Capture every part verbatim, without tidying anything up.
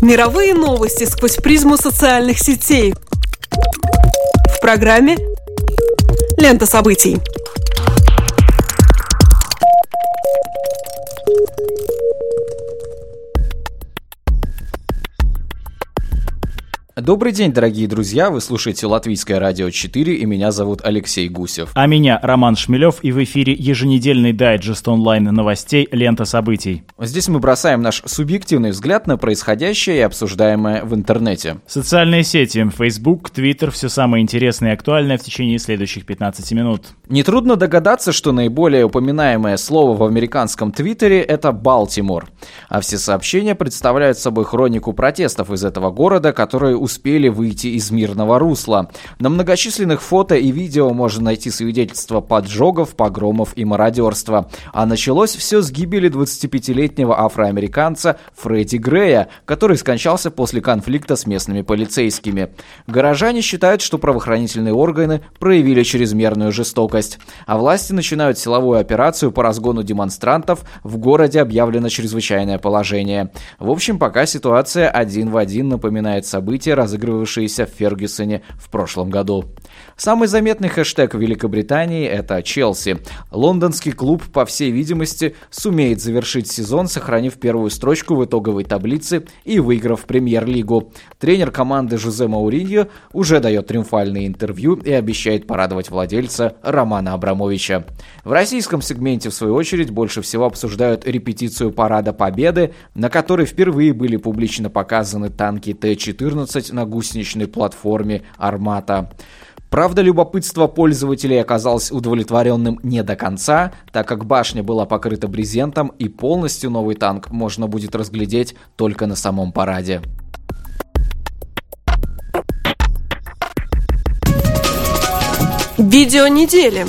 Мировые новости сквозь призму социальных сетей. В программе «Лента событий». Добрый день, дорогие друзья, вы слушаете Латвийское радио четыре, и меня зовут Алексей Гусев. А меня Роман Шмелев, и в эфире еженедельный дайджест онлайн новостей «Лента событий». Здесь мы бросаем наш субъективный взгляд на происходящее и обсуждаемое в интернете. Социальные сети, Facebook, Twitter, все самое интересное и актуальное в течение следующих пятнадцати минут. Нетрудно догадаться, что наиболее упоминаемое слово в американском Твиттере – это Балтимор. А все сообщения представляют собой хронику протестов из этого города, которые успели выйти из мирного русла. На многочисленных фото и видео можно найти свидетельства поджогов, погромов и мародерства. А началось все с гибели двадцатипятилетнего афроамериканца Фредди Грея, который скончался после конфликта с местными полицейскими. Горожане считают, что правоохранительные органы проявили чрезмерную жестокость, а власти начинают силовую операцию по разгону демонстрантов. В городе объявлено чрезвычайное положение. В общем, пока ситуация один в один напоминает события, разыгрывавшиеся в Фергюсоне в прошлом году. Самый заметный хэштег в Великобритании – это Челси. Лондонский клуб, по всей видимости, сумеет завершить сезон, сохранив первую строчку в итоговой таблице и выиграв премьер-лигу. Тренер команды Жозе Мауриньо уже дает триумфальные интервью и обещает порадовать владельца Романа Абрамовича. В российском сегменте, в свою очередь, больше всего обсуждают репетицию Парада Победы, на которой впервые были публично показаны танки Т четырнадцать на гусеничной платформе «Армата». Правда, любопытство пользователей оказалось удовлетворенным не до конца, так как башня была покрыта брезентом, и полностью новый танк можно будет разглядеть только на самом параде. Видео недели.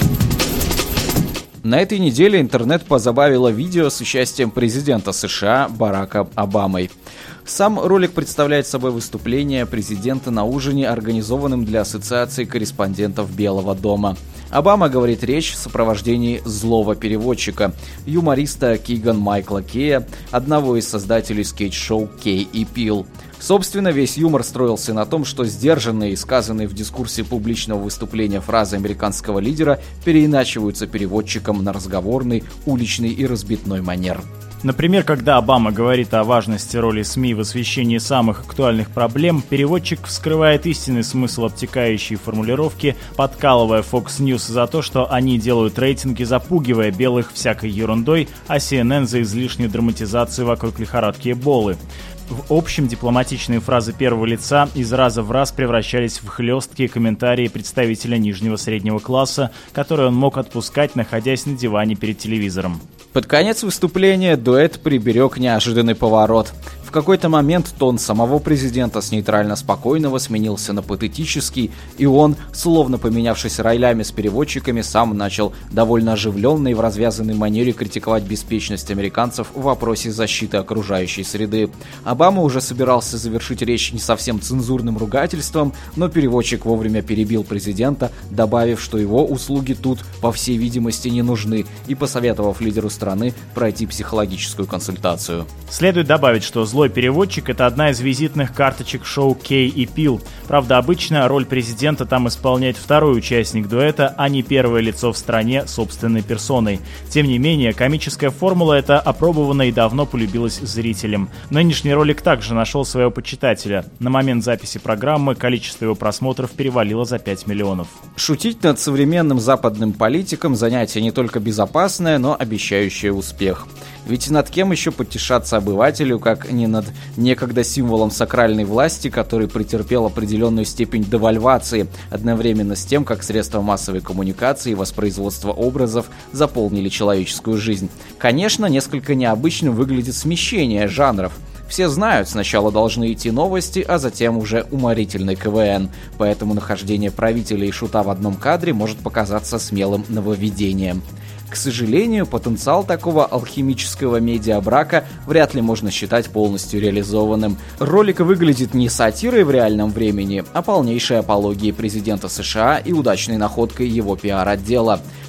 На этой неделе интернет позабавило видео с участием президента США Барака Обамы. Сам ролик представляет собой выступление президента на ужине, организованном для Ассоциации корреспондентов Белого дома. Обама говорит речь в сопровождении злого переводчика, юмориста Киган Майкла Кея, одного из создателей скетч-шоу «Кей и Пил». Собственно, весь юмор строился на том, что сдержанные и сказанные в дискурсе публичного выступления фразы американского лидера переиначиваются переводчиком на разговорный, уличный и разбитной манер. Например, когда Обама говорит о важности роли СМИ в освещении самых актуальных проблем, переводчик вскрывает истинный смысл обтекающей формулировки, подкалывая Fox News за то, что они делают рейтинги, запугивая белых всякой ерундой, а Си Эн Эн за излишнюю драматизацию вокруг лихорадки Эболы. В общем, дипломатичные фразы первого лица из раза в раз превращались в хлесткие комментарии представителя нижнего среднего класса, которые он мог отпускать, находясь на диване перед телевизором. Под конец выступления дуэт приберег неожиданный поворот. В какой-то момент тон самого президента с нейтрально-спокойного сменился на патетический, и он, словно поменявшись ролями с переводчиками, сам начал довольно оживленно и в развязанной манере критиковать беспечность американцев в вопросе защиты окружающей среды. Обама уже собирался завершить речь не совсем цензурным ругательством, но переводчик вовремя перебил президента, добавив, что его услуги тут, по всей видимости, не нужны, и посоветовав лидеру страны пройти психологическую консультацию. Следует добавить, что злой переводчик — это одна из визитных карточек шоу «Кей и Пил». Правда, обычно роль президента там исполняет второй участник дуэта, а не первое лицо в стране собственной персоной. Тем не менее, комическая формула эта опробована и давно полюбилась зрителям. Нынешний ролик также нашел своего почитателя. На момент записи программы количество его просмотров перевалило за пять миллионов. Шутить над современным западным политиком — занятие не только безопасное, но обещающее успех. Ведь над кем еще потешаться обывателю, как не над некогда символом сакральной власти, который претерпел определенную степень девальвации, одновременно с тем, как средства массовой коммуникации и воспроизводства образов заполнили человеческую жизнь. Конечно, несколько необычным выглядит смещение жанров. Все знают, сначала должны идти новости, а затем уже уморительный ка вэ эн, поэтому нахождение правителя и шута в одном кадре может показаться смелым нововведением. К сожалению, потенциал такого алхимического медиабрака вряд ли можно считать полностью реализованным. Ролик выглядит не сатирой в реальном времени, а полнейшей апологией президента США и удачной находкой его пиар-отдела.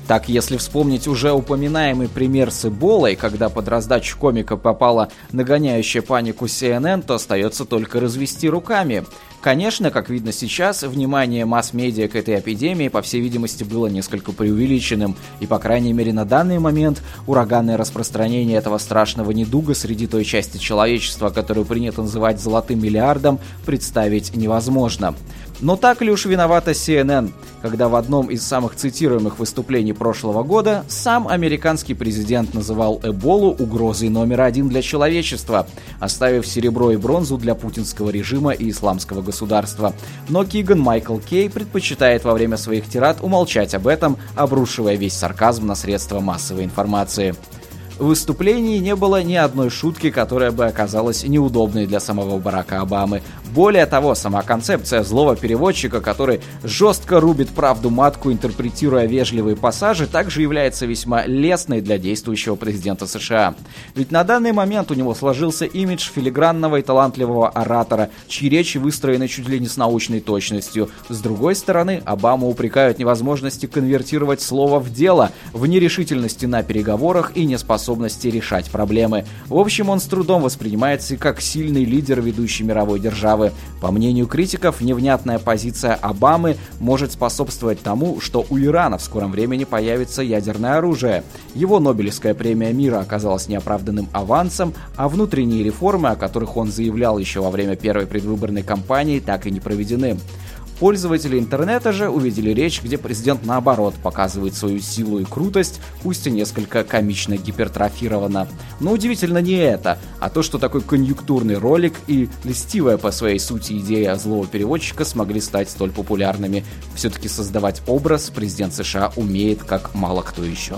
Так, если вспомнить уже упоминаемый пример с Эболой, когда под раздачу комика попала нагоняющая панику си эн эн, то остается только развести руками. Конечно, как видно сейчас, внимание масс-медиа к этой эпидемии, по всей видимости, было несколько преувеличенным, и, по крайней мере, на данный момент ураганное распространение этого страшного недуга среди той части человечества, которую принято называть «золотым миллиардом», представить невозможно. Но так ли уж виновата си эн эн, когда в одном из самых цитируемых выступлений прошлого года сам американский президент называл Эболу угрозой номер один для человечества, оставив серебро и бронзу для путинского режима и исламского государства. Но Киган Майкл Кей предпочитает во время своих тирад умолчать об этом, обрушивая весь сарказм на средства массовой информации. В выступлении не было ни одной шутки, которая бы оказалась неудобной для самого Барака Обамы. Более того, сама концепция злого переводчика, который жестко рубит правду матку, интерпретируя вежливые пассажи, также является весьма лестной для действующего президента США. Ведь на данный момент у него сложился имидж филигранного и талантливого оратора, чьи речи выстроены чуть ли не с научной точностью. С другой стороны, Обаму упрекают в невозможности конвертировать слово в дело, в нерешительности на переговорах и неспособности решать проблемы. В общем, он с трудом воспринимается как сильный лидер ведущей мировой державы. По мнению критиков, невнятная позиция Обамы может способствовать тому, что у Ирана в скором времени появится ядерное оружие. Его Нобелевская премия мира оказалась неоправданным авансом, а внутренние реформы, о которых он заявлял еще во время первой предвыборной кампании, так и не проведены. Пользователи интернета же увидели речь, где президент наоборот показывает свою силу и крутость, пусть и несколько комично гипертрофировано. Но удивительно не это, а то, что такой конъюнктурный ролик и льстивая по своей сути идея злого переводчика смогли стать столь популярными. Все-таки создавать образ президент США умеет, как мало кто еще.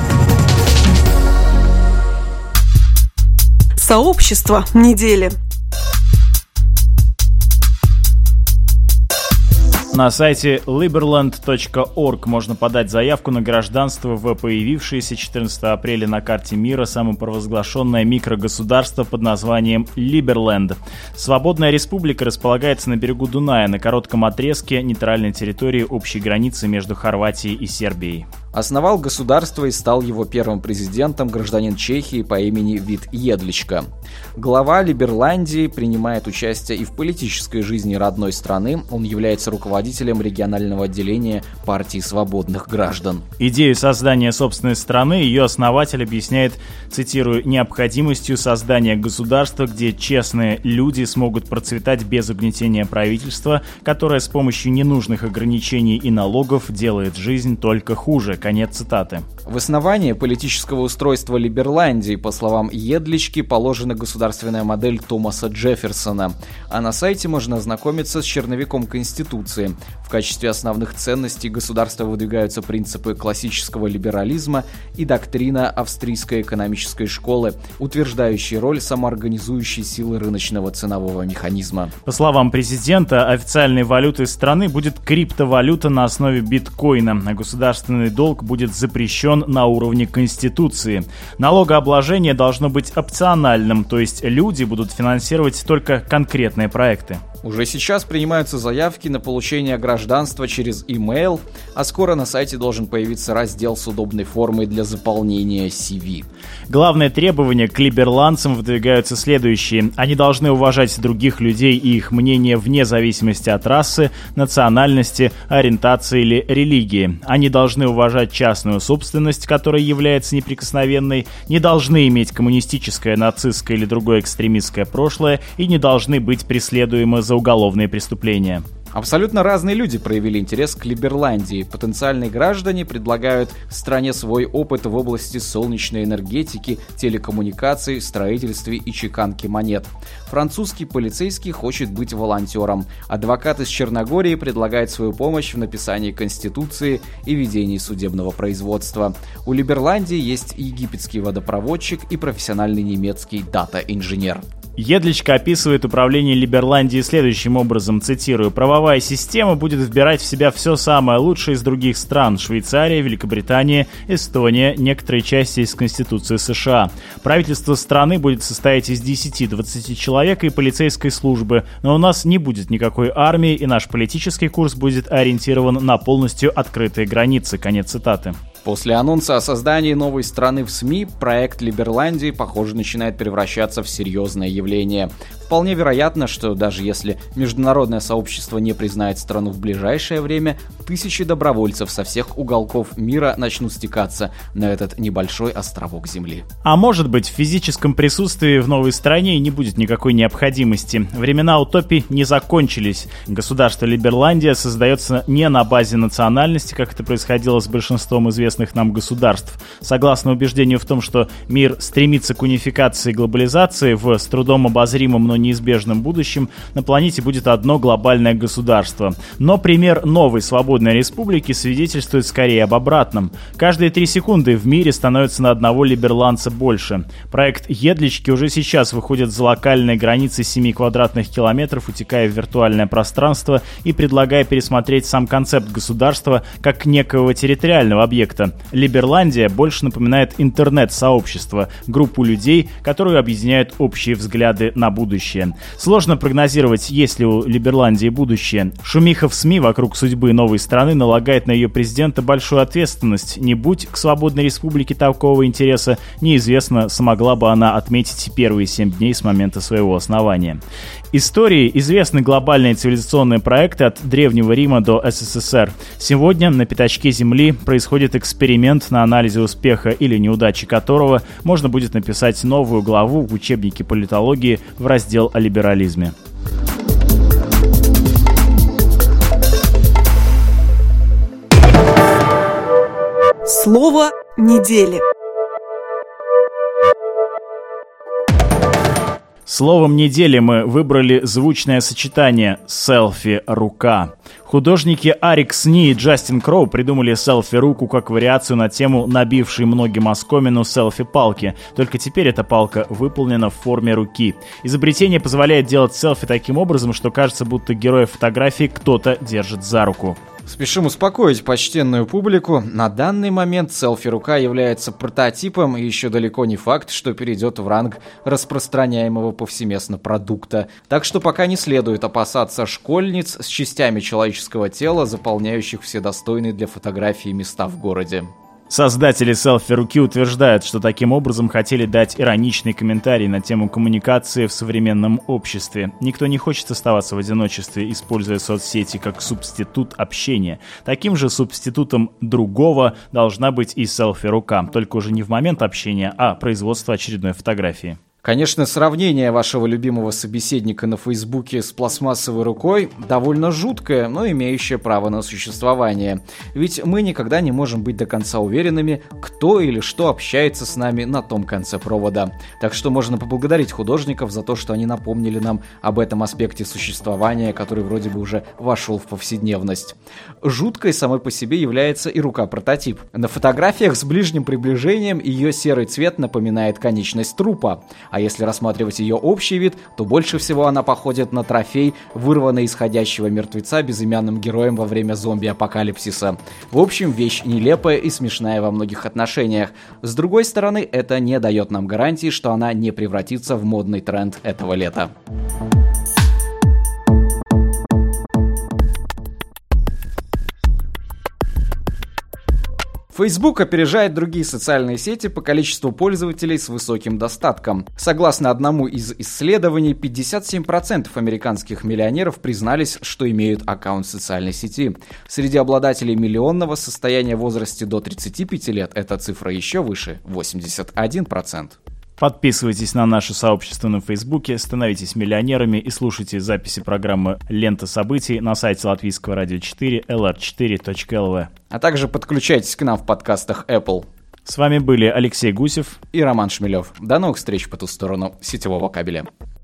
Сообщество недели. На сайте liberland точка org можно подать заявку на гражданство в появившееся четырнадцатого апреля на карте мира самопровозглашенное микрогосударство под названием Либерленд. Свободная республика располагается на берегу Дуная, на коротком отрезке нейтральной территории общей границы между Хорватией и Сербией. Основал государство и стал его первым президентом гражданин Чехии по имени Вит Едличка. Глава Либерландии принимает участие и в политической жизни родной страны. Он является руководителем регионального отделения партии свободных граждан. Идею создания собственной страны ее основатель объясняет, цитирую, «необходимостью создания государства, где честные люди смогут процветать без угнетения правительства, которое с помощью ненужных ограничений и налогов делает жизнь только хуже». Конец цитаты. В основании политического устройства Либерландии, по словам Едлички, положена государственная модель Томаса Джефферсона, а на сайте можно ознакомиться с черновиком Конституции. В качестве основных ценностей государства выдвигаются принципы классического либерализма и доктрина австрийской экономической школы, утверждающие роль самоорганизующей силы рыночного ценового механизма. По словам президента, официальной валютой страны будет криптовалюта на основе биткоина, а государственный долг будет запрещен на уровне Конституции. Налогообложение должно быть опциональным, то есть люди будут финансировать только конкретные проекты. Уже сейчас принимаются заявки на получение гражданства через имейл, а скоро на сайте должен появиться раздел с удобной формой для заполнения си ви. Главные требования к либерландцам выдвигаются следующие. Они должны уважать других людей и их мнение вне зависимости от расы, национальности, ориентации или религии. Они должны уважать частную собственность, которая является неприкосновенной, не должны иметь коммунистическое, нацистское или другое экстремистское прошлое и не должны быть преследуемы за уголовные преступления. Абсолютно разные люди проявили интерес к Либерландии. Потенциальные граждане предлагают стране свой опыт в области солнечной энергетики, телекоммуникаций, строительстве и чеканки монет. Французский полицейский хочет быть волонтером. Адвокат из Черногории предлагает свою помощь в написании Конституции и ведении судебного производства. У Либерландии есть египетский водопроводчик и профессиональный немецкий дата-инженер. Едличка описывает управление Либерландии следующим образом, цитирую, «Правовая система будет вбирать в себя все самое лучшее из других стран – Швейцария, Великобритания, Эстония, некоторые части из Конституции США. Правительство страны будет состоять из десяти-двадцати человек и полицейской службы, но у нас не будет никакой армии, и наш политический курс будет ориентирован на полностью открытые границы». Конец цитаты. После анонса о создании новой страны в СМИ, проект Либерландии, похоже, начинает превращаться в серьезное явление. Вполне вероятно, что даже если международное сообщество не признает страну в ближайшее время, тысячи добровольцев со всех уголков мира начнут стекаться на этот небольшой островок земли. А может быть, в физическом присутствии в новой стране не будет никакой необходимости. Времена утопий не закончились. Государство Либерландия создается не на базе национальности, как это происходило с большинством известных нам государств. Согласно убеждению в том, что мир стремится к унификации и глобализации, в с трудом обозримом, но неизбежном будущем на планете будет одно глобальное государство. Но пример новой свободной республики свидетельствует скорее об обратном. Каждые три секунды в мире становится на одного либерландца больше. Проект Едлички уже сейчас выходит за локальные границы семи квадратных километров, утекая в виртуальное пространство и предлагая пересмотреть сам концепт государства как некого территориального объекта. Либерландия больше напоминает интернет-сообщество, группу людей, которые объединяют общие взгляды на будущее. Сложно прогнозировать, есть ли у Либерландии будущее. Шумиха в СМИ вокруг судьбы новой страны налагает на ее президента большую ответственность. Не будь к свободной республике такого интереса, неизвестно, смогла бы она отметить первые семь дней с момента своего основания. Истории известны глобальные цивилизационные проекты от Древнего Рима до СССР. Сегодня на пятачке Земли происходит эксперимент, на анализе успеха или неудачи которого можно будет написать новую главу в учебнике политологии в раздел о либерализме. Слово недели. Словом недели мы выбрали звучное сочетание «селфи-рука». Художники Арик Сни и Джастин Кроу придумали селфи-руку как вариацию на тему набившей многим оскомину селфи-палки, только теперь эта палка выполнена в форме руки. Изобретение позволяет делать селфи таким образом, что кажется, будто героя фотографии кто-то держит за руку. Спешим успокоить почтенную публику. На данный момент селфи-рука является прототипом, и еще далеко не факт, что перейдет в ранг распространяемого повсеместно продукта. Так что пока не следует опасаться школьниц с частями человеческого тела, заполняющих все достойные для фотографии места в городе. Создатели селфи-руки утверждают, что таким образом хотели дать ироничный комментарий на тему коммуникации в современном обществе. Никто не хочет оставаться в одиночестве, используя соцсети как субститут общения. Таким же субститутом другого должна быть и селфи-рука, только уже не в момент общения, а производства очередной фотографии. Конечно, сравнение вашего любимого собеседника на Фейсбуке с пластмассовой рукой довольно жуткое, но имеющее право на существование. Ведь мы никогда не можем быть до конца уверенными, кто или что общается с нами на том конце провода. Так что можно поблагодарить художников за то, что они напомнили нам об этом аспекте существования, который вроде бы уже вошел в повседневность. Жуткой самой по себе является и рука-прототип. На фотографиях с ближним приближением ее серый цвет напоминает конечность трупа. А если рассматривать ее общий вид, то больше всего она походит на трофей, вырванный из ходящего мертвеца безымянным героем во время зомби-апокалипсиса. В общем, вещь нелепая и смешная во многих отношениях. С другой стороны, это не дает нам гарантии, что она не превратится в модный тренд этого лета. Facebook опережает другие социальные сети по количеству пользователей с высоким достатком. Согласно одному из исследований, пятьдесят семь процентов американских миллионеров признались, что имеют аккаунт в социальной сети. Среди обладателей миллионного состояния в возрасте до тридцати пяти лет эта цифра еще выше – восемьдесят один процент. Подписывайтесь на наше сообщество на Фейсбуке, становитесь миллионерами и слушайте записи программы «Лента событий» на сайте Латвийского радио четыре эл эр четыре точка эл ви. А также подключайтесь к нам в подкастах Apple. С вами были Алексей Гусев и Роман Шмелев. До новых встреч по ту сторону сетевого кабеля.